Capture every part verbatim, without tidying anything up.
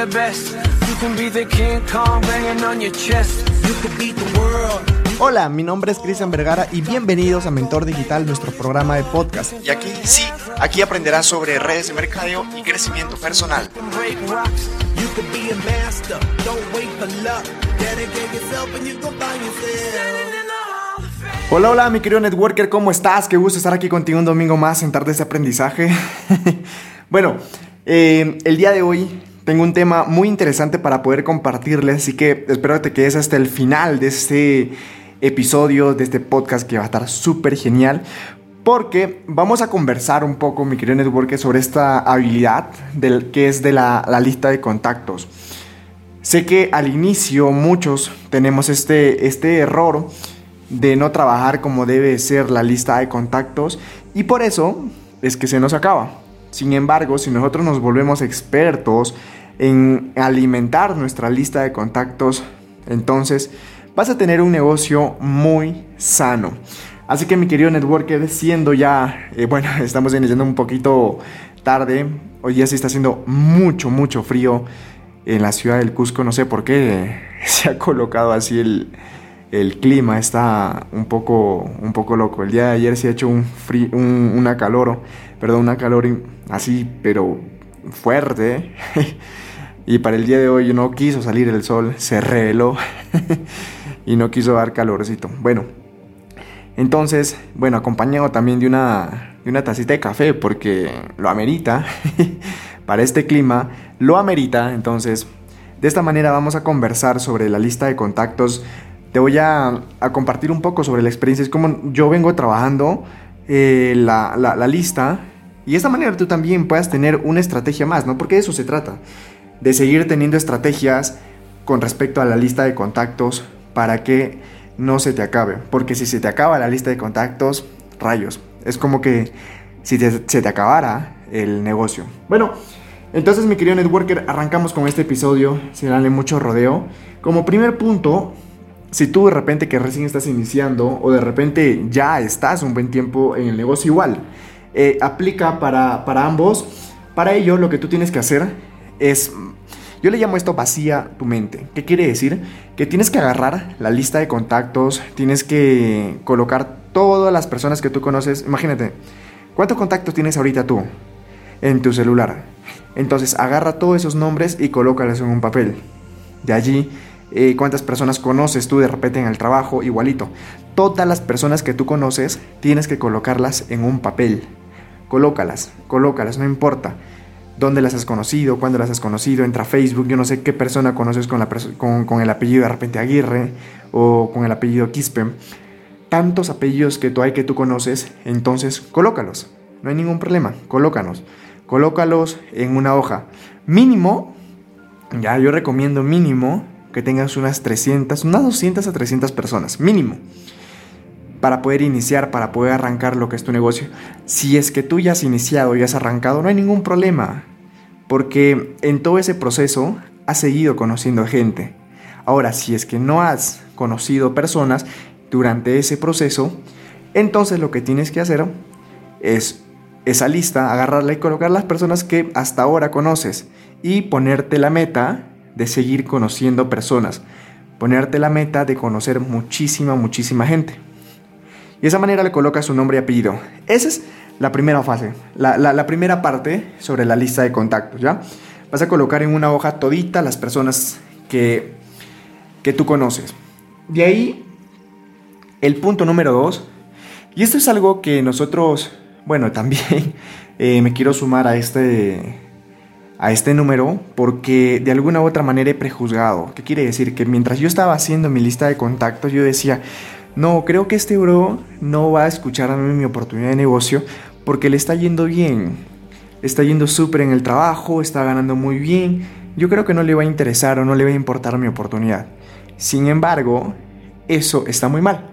the best. You can be the King Kong banging on your chest. You could beat the world. Hola, mi nombre es Cristian Vergara y bienvenidos a Mentor Digital, nuestro programa de podcast. Y aquí, sí, aquí aprenderás sobre redes de mercadeo y crecimiento personal. Hola, hola, mi querido networker, ¿cómo estás? Qué gusto estar aquí contigo un domingo más en Tardes de Aprendizaje. Bueno, eh, el día de hoy tengo un tema muy interesante para poder compartirles, así que espero que te quedes hasta el final de este episodio, de este podcast que va a estar súper genial, porque vamos a conversar un poco, mi querido networker, sobre esta habilidad del, que es de la, la lista de contactos. Sé que al inicio muchos tenemos este, este error de no trabajar como debe ser la lista de contactos y por eso es que se nos acaba. Sin embargo, si nosotros nos volvemos expertos en alimentar nuestra lista de contactos, entonces vas a tener un negocio muy sano. Así que mi querido networker, siendo ya, eh, bueno, estamos iniciando un poquito tarde, hoy ya sí está haciendo mucho, mucho frío en la ciudad del Cusco, no sé por qué se ha colocado así el, el clima, está un poco, un poco loco. El día de ayer se ha hecho un frío, un, una calor, perdón, una calor así, pero fuerte, y para el día de hoy no quiso salir el sol, se reveló y no quiso dar calorcito. Bueno, entonces, bueno, acompañado también de una, de una tacita de café, porque lo amerita, para este clima, lo amerita. Entonces, de esta manera vamos a conversar sobre la lista de contactos. Te voy a, a compartir un poco sobre la experiencia, es como yo vengo trabajando eh, la, la, la lista, y de esta manera tú también puedas tener una estrategia más, ¿no? Porque de eso se trata, de seguir teniendo estrategias con respecto a la lista de contactos para que no se te acabe. Porque si se te acaba la lista de contactos, rayos, es como que si te, se te acabara el negocio. Bueno, entonces mi querido networker, arrancamos con este episodio sin darle mucho rodeo. Como primer punto, si tú de repente que recién estás iniciando o de repente ya estás un buen tiempo en el negocio, igual eh, aplica para, para ambos. Para ello lo que tú tienes que hacer es, yo le llamo esto vacía tu mente. ¿Qué quiere decir? Que tienes que agarrar la lista de contactos, tienes que colocar todas las personas que tú conoces. Imagínate, ¿cuántos contactos tienes ahorita tú en tu celular? Entonces agarra todos esos nombres y colócalos en un papel. De allí, eh, ¿cuántas personas conoces tú de repente en el trabajo? Igualito. Todas las personas que tú conoces tienes que colocarlas en un papel. Colócalas, colócalas, no importa dónde las has conocido, cuándo las has conocido. Entra a Facebook, yo no sé qué persona conoces con, la perso- con, con el apellido de repente Aguirre o con el apellido Quispe. Tantos apellidos que tú hay que tú conoces, entonces colócalos. No hay ningún problema, colócalos. Colócalos en una hoja. Mínimo, ya yo recomiendo mínimo que tengas unas trescientas, unas doscientas a trescientas personas, mínimo, para poder iniciar, para poder arrancar lo que es tu negocio. Si es que tú ya has iniciado y has arrancado, no hay ningún problema, porque en todo ese proceso has seguido conociendo gente. Ahora, si es que no has conocido personas durante ese proceso, entonces lo que tienes que hacer es esa lista, agarrarla y colocar las personas que hasta ahora conoces y ponerte la meta de seguir conociendo personas, ponerte la meta de conocer muchísima, muchísima gente. Y de esa manera le colocas su nombre y apellido. Esa es la primera fase, la, la, la primera parte sobre la lista de contactos, ¿ya? Vas a colocar en una hoja todita las personas que, que tú conoces. De ahí, el punto número dos, y esto es algo que nosotros, bueno, también eh, me quiero sumar a este, a este número, porque de alguna u otra manera he prejuzgado. ¿Qué quiere decir? Que mientras yo estaba haciendo mi lista de contactos, yo decía, no, creo que este bro no va a escuchar a mí mi oportunidad de negocio porque le está yendo bien, le está yendo súper en el trabajo, está ganando muy bien, yo creo que no le va a interesar o no le va a importar mi oportunidad. Sin embargo, eso está muy mal,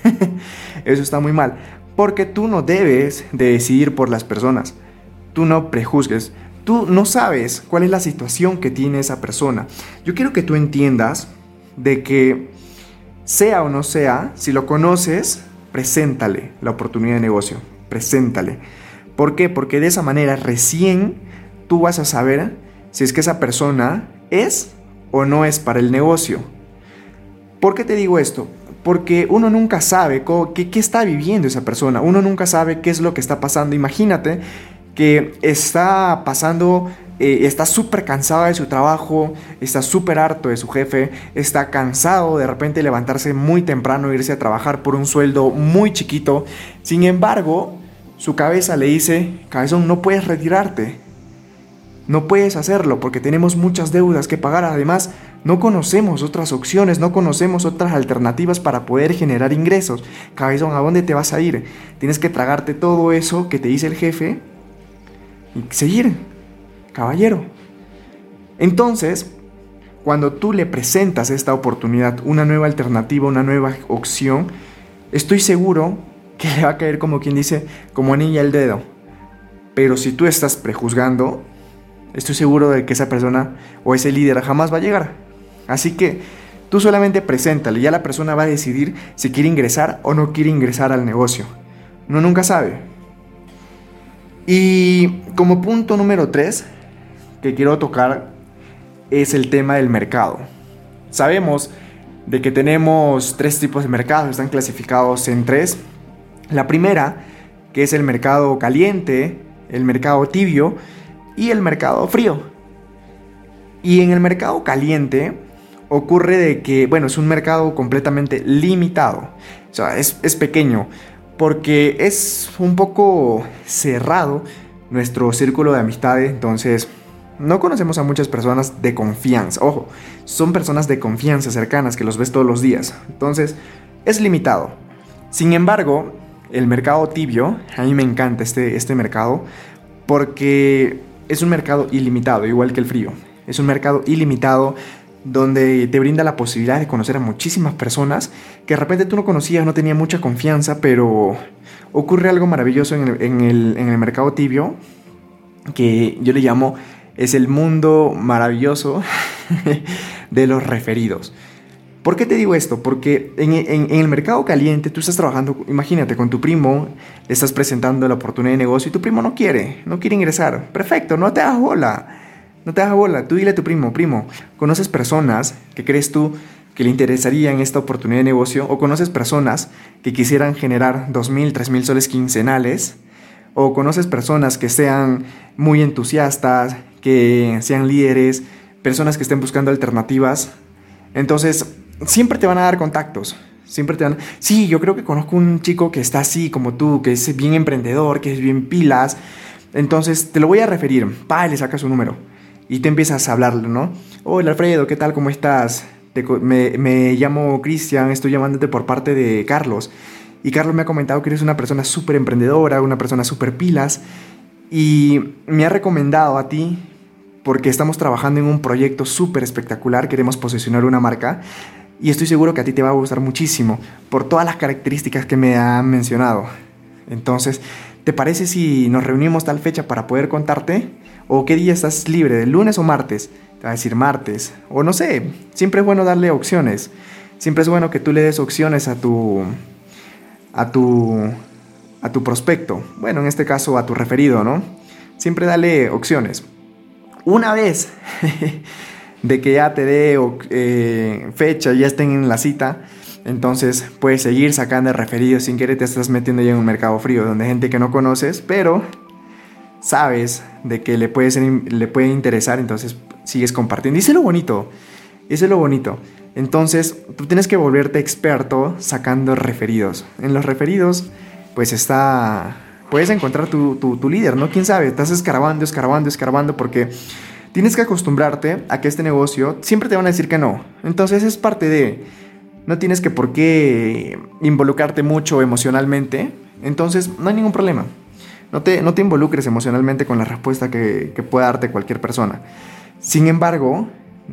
eso está muy mal, porque tú no debes de decidir por las personas, tú no prejuzgues, tú no sabes cuál es la situación que tiene esa persona. Yo quiero que tú entiendas de que sea o no sea, si lo conoces, preséntale la oportunidad de negocio, preséntale. ¿Por qué? Porque de esa manera recién tú vas a saber si es que esa persona ¿es o no es para el negocio? ¿Por qué te digo esto? Porque uno nunca sabe cómo, qué, qué está viviendo esa persona. Uno nunca sabe qué es lo que está pasando. Imagínate que está pasando, eh, está súper cansado de su trabajo, está súper harto de su jefe, está cansado de repente levantarse muy temprano e irse a trabajar por un sueldo muy chiquito. Sin embargo, su cabeza le dice, cabezón, no puedes retirarte. No puedes hacerlo porque tenemos muchas deudas que pagar. Además, no conocemos otras opciones, no conocemos otras alternativas para poder generar ingresos. Cabezón, ¿a dónde te vas a ir? Tienes que tragarte todo eso que te dice el jefe y seguir, caballero. Entonces, cuando tú le presentas esta oportunidad, una nueva alternativa, una nueva opción, estoy seguro que le va a caer, como quien dice, como anilla al dedo. Pero si tú estás prejuzgando, estoy seguro de que esa persona o ese líder jamás va a llegar. Así que tú solamente preséntale, ya la persona va a decidir si quiere ingresar o no quiere ingresar al negocio. Uno nunca sabe. Y como punto número tres que quiero tocar es el tema del mercado. Sabemos de que tenemos tres tipos de mercados, están clasificados en tres. La primera, que es el mercado caliente, el mercado tibio y el mercado frío. Y en el mercado caliente ocurre de que, bueno, es un mercado completamente limitado. O sea, es, es pequeño porque es un poco cerrado nuestro círculo de amistades. Entonces, no conocemos a muchas personas de confianza. Ojo, son personas de confianza cercanas que los ves todos los días. Entonces, es limitado. Sin embargo, el mercado tibio, a mí me encanta este, este mercado porque es un mercado ilimitado, igual que el frío. Es un mercado ilimitado donde te brinda la posibilidad de conocer a muchísimas personas que de repente tú no conocías, no tenías mucha confianza, pero ocurre algo maravilloso en el, en el, en el mercado tibio, que yo le llamo, es el mundo maravilloso de los referidos. ¿Por qué te digo esto? Porque en, en, en el mercado caliente tú estás trabajando, imagínate, con tu primo, le estás presentando la oportunidad de negocio y tu primo no quiere, no quiere ingresar. Perfecto, no te hagas bola, no te hagas bola. Tú dile a tu primo, primo, ¿conoces personas que crees tú que le interesarían esta oportunidad de negocio? ¿O conoces personas que quisieran generar dos mil, tres mil soles quincenales? ¿O conoces personas que sean muy entusiastas, que sean líderes, personas que estén buscando alternativas? Entonces, siempre te van a dar contactos, siempre te van... Sí, yo creo que conozco un chico que está así como tú, que es bien emprendedor, que es bien pilas, entonces te lo voy a referir. Pa, le sacas su número y te empiezas a hablarle, ¿no? Hola Alfredo, ¿qué tal? ¿Cómo estás? Te, me, me llamo Cristian, estoy llamándote por parte de Carlos. Y Carlos me ha comentado que eres una persona súper emprendedora, una persona súper pilas, y me ha recomendado a ti porque estamos trabajando en un proyecto súper espectacular, queremos posicionar una marca y estoy seguro que a ti te va a gustar muchísimo por todas las características que me han mencionado. Entonces, ¿te parece si nos reunimos tal fecha para poder contarte? ¿O qué día estás libre, de lunes o martes? Te va a decir martes, o no sé, siempre es bueno darle opciones. Siempre es bueno que tú le des opciones a tu, a tu, a tu prospecto. Bueno, en este caso a tu referido, ¿no? Siempre dale opciones. Una vez de que ya te dé eh, fecha, ya estén en la cita, entonces puedes seguir sacando referidos sin querer. Te estás metiendo ya en un mercado frío donde hay gente que no conoces, pero sabes de que le puede, ser, le puede interesar, entonces sigues compartiendo. Y eso es lo bonito, eso es lo bonito. Entonces tú tienes que volverte experto sacando referidos. En los referidos pues está... puedes encontrar tu, tu, tu líder, ¿no? ¿Quién sabe? Estás escarbando, escarbando, escarbando porque tienes que acostumbrarte a que este negocio siempre te van a decir que no. Entonces es parte de... no tienes que por qué involucrarte mucho emocionalmente. Entonces no hay ningún problema. No te, no te involucres emocionalmente con la respuesta que, que pueda darte cualquier persona. Sin embargo,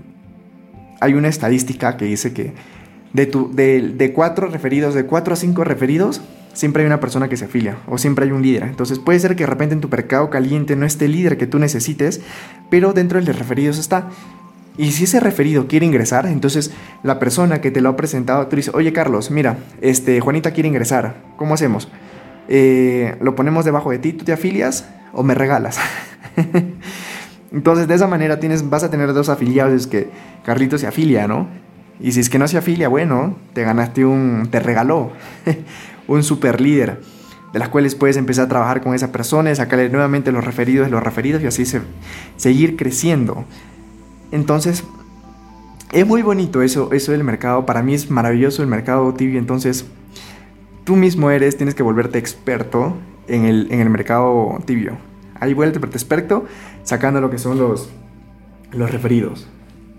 hay una estadística que dice que de, tu, de, de cuatro referidos, de cuatro a cinco referidos, siempre hay una persona que se afilia o siempre hay un líder. Entonces puede ser que de repente en tu mercado caliente no esté el líder que tú necesites, pero dentro de los referidos está. Y si ese referido quiere ingresar, entonces la persona que te lo ha presentado, tú dices, oye Carlos, mira, este, Juanita quiere ingresar, ¿cómo hacemos? Eh, ¿Lo ponemos debajo de ti, tú te afilias o me regalas? Entonces de esa manera tienes, vas a tener dos afiliados, es que Carlitos se afilia, ¿no? Y si es que no se afilia, bueno, te ganaste un, te regaló un super líder, de las cuales puedes empezar a trabajar con esa persona, sacarle nuevamente los referidos, los referidos y así se, seguir creciendo. Entonces, es muy bonito eso, eso del mercado. Para mí es maravilloso el mercado tibio. Entonces, tú mismo eres, tienes que volverte experto en el, en el mercado tibio. Ahí vuélvete experto sacando lo que son los, los referidos.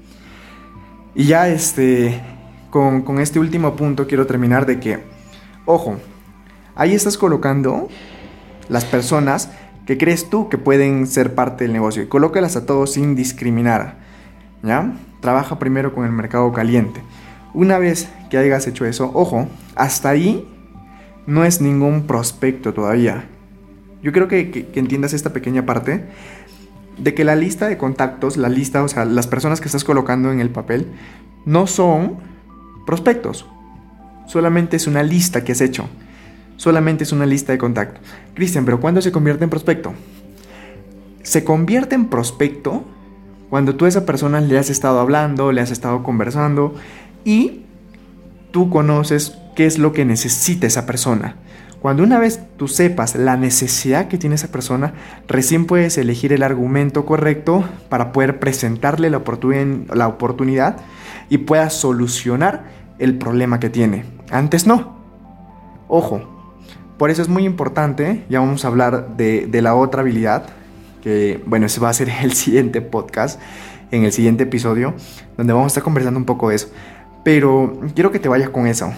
Y ya este, con, con este último punto quiero terminar de que, ojo, ahí estás colocando las personas que crees tú que pueden ser parte del negocio. Y colócalas a todos sin discriminar, ¿ya? Trabaja primero con el mercado caliente. Una vez que hayas hecho eso, ojo, hasta ahí no es ningún prospecto todavía. Yo creo que, que, que entiendas esta pequeña parte de que la lista de contactos, la lista, o sea, las personas que estás colocando en el papel, no son prospectos. Solamente es una lista que has hecho. Solamente es una lista de contactos. Cristian, ¿pero cuándo se convierte en prospecto? Se convierte en prospecto cuando tú a esa persona le has estado hablando, le has estado conversando y tú conoces qué es lo que necesita esa persona. Cuando una vez tú sepas la necesidad que tiene esa persona, recién puedes elegir el argumento correcto para poder presentarle la, oportun- la oportunidad y puedas solucionar el problema que tiene. Antes no. Ojo. Por eso es muy importante, ya vamos a hablar de, de la otra habilidad, que bueno, ese va a ser el siguiente podcast, en el siguiente episodio, donde vamos a estar conversando un poco de eso. Pero quiero que te vayas con eso,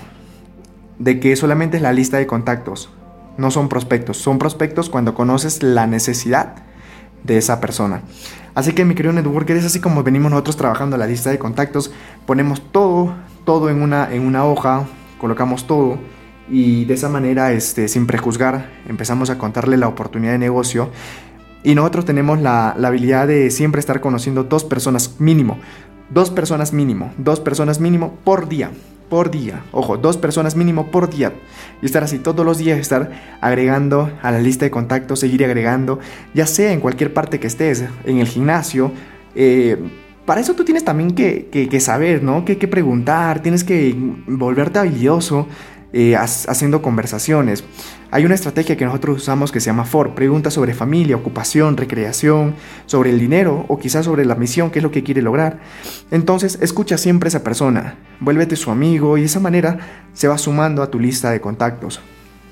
de que solamente es la lista de contactos, no son prospectos, son prospectos cuando conoces la necesidad de esa persona. Así que mi querido networker, es así como venimos nosotros trabajando la lista de contactos, ponemos todo, todo en una, en una hoja, colocamos todo. Y de esa manera, este, sin prejuzgar, empezamos a contarle la oportunidad de negocio. Y nosotros tenemos la, la habilidad de siempre estar conociendo dos personas mínimo. Dos personas mínimo. Dos personas mínimo por día. Por día. Ojo, dos personas mínimo por día. Y estar así todos los días, estar agregando a la lista de contactos, seguir agregando. Ya sea en cualquier parte que estés, en el gimnasio. Eh, para eso tú tienes también que, que, que saber, ¿no? Que, que preguntar, tienes que volverte habilidoso. Eh, haciendo conversaciones. Hay una estrategia que nosotros usamos que se llama F O R. Preguntas sobre familia, ocupación, recreación, sobre el dinero o quizás sobre la misión, qué es lo que quiere lograr. Entonces escucha siempre a esa persona, vuélvete su amigo y de esa manera se va sumando a tu lista de contactos.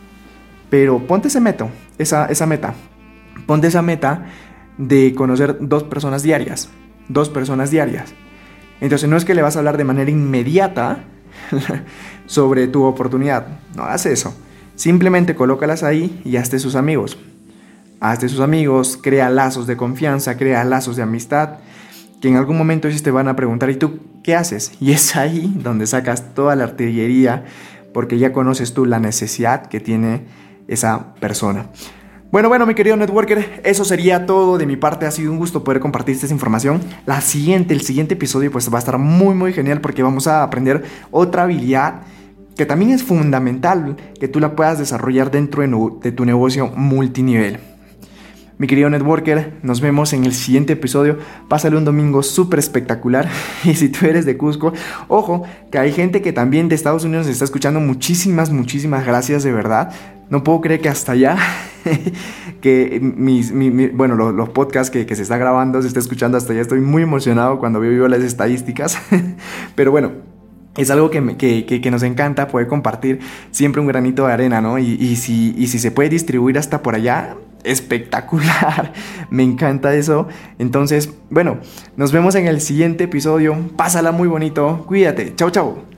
Pero ponte ese meta, esa, esa meta. Ponte esa meta de conocer dos personas diarias. Dos personas diarias. Entonces no es que le vas a hablar de manera inmediata sobre tu oportunidad. No hagas eso. Simplemente colócalas ahí y hazte sus amigos. Hazte sus amigos, crea lazos de confianza, crea lazos de amistad, que en algún momento ellos te van a preguntar, ¿y tú qué haces? Y es ahí donde sacas toda la artillería, porque ya conoces tú la necesidad que tiene esa persona. Bueno, bueno, mi querido networker, eso sería todo de mi parte. Ha sido un gusto poder compartir esta información. La siguiente, el siguiente episodio pues va a estar muy, muy genial porque vamos a aprender otra habilidad que también es fundamental que tú la puedas desarrollar dentro de, nu- de tu negocio multinivel. Mi querido networker, nos vemos en el siguiente episodio. Pásale un domingo súper espectacular. Y si tú eres de Cusco, ojo, que hay gente que también de Estados Unidos nos está escuchando. Muchísimas, muchísimas gracias, de verdad. No puedo creer que hasta allá, que mis, mi, mi, bueno, los, los podcasts que, que se está grabando, se está escuchando hasta allá. Estoy muy emocionado cuando veo las estadísticas. Pero bueno, es algo que, me, que, que, que nos encanta poder compartir siempre un granito de arena, ¿no? Y, y, si, y si se puede distribuir hasta por allá, espectacular. Me encanta eso. Entonces, bueno, nos vemos en el siguiente episodio. Pásala muy bonito. Cuídate. Chau, chau.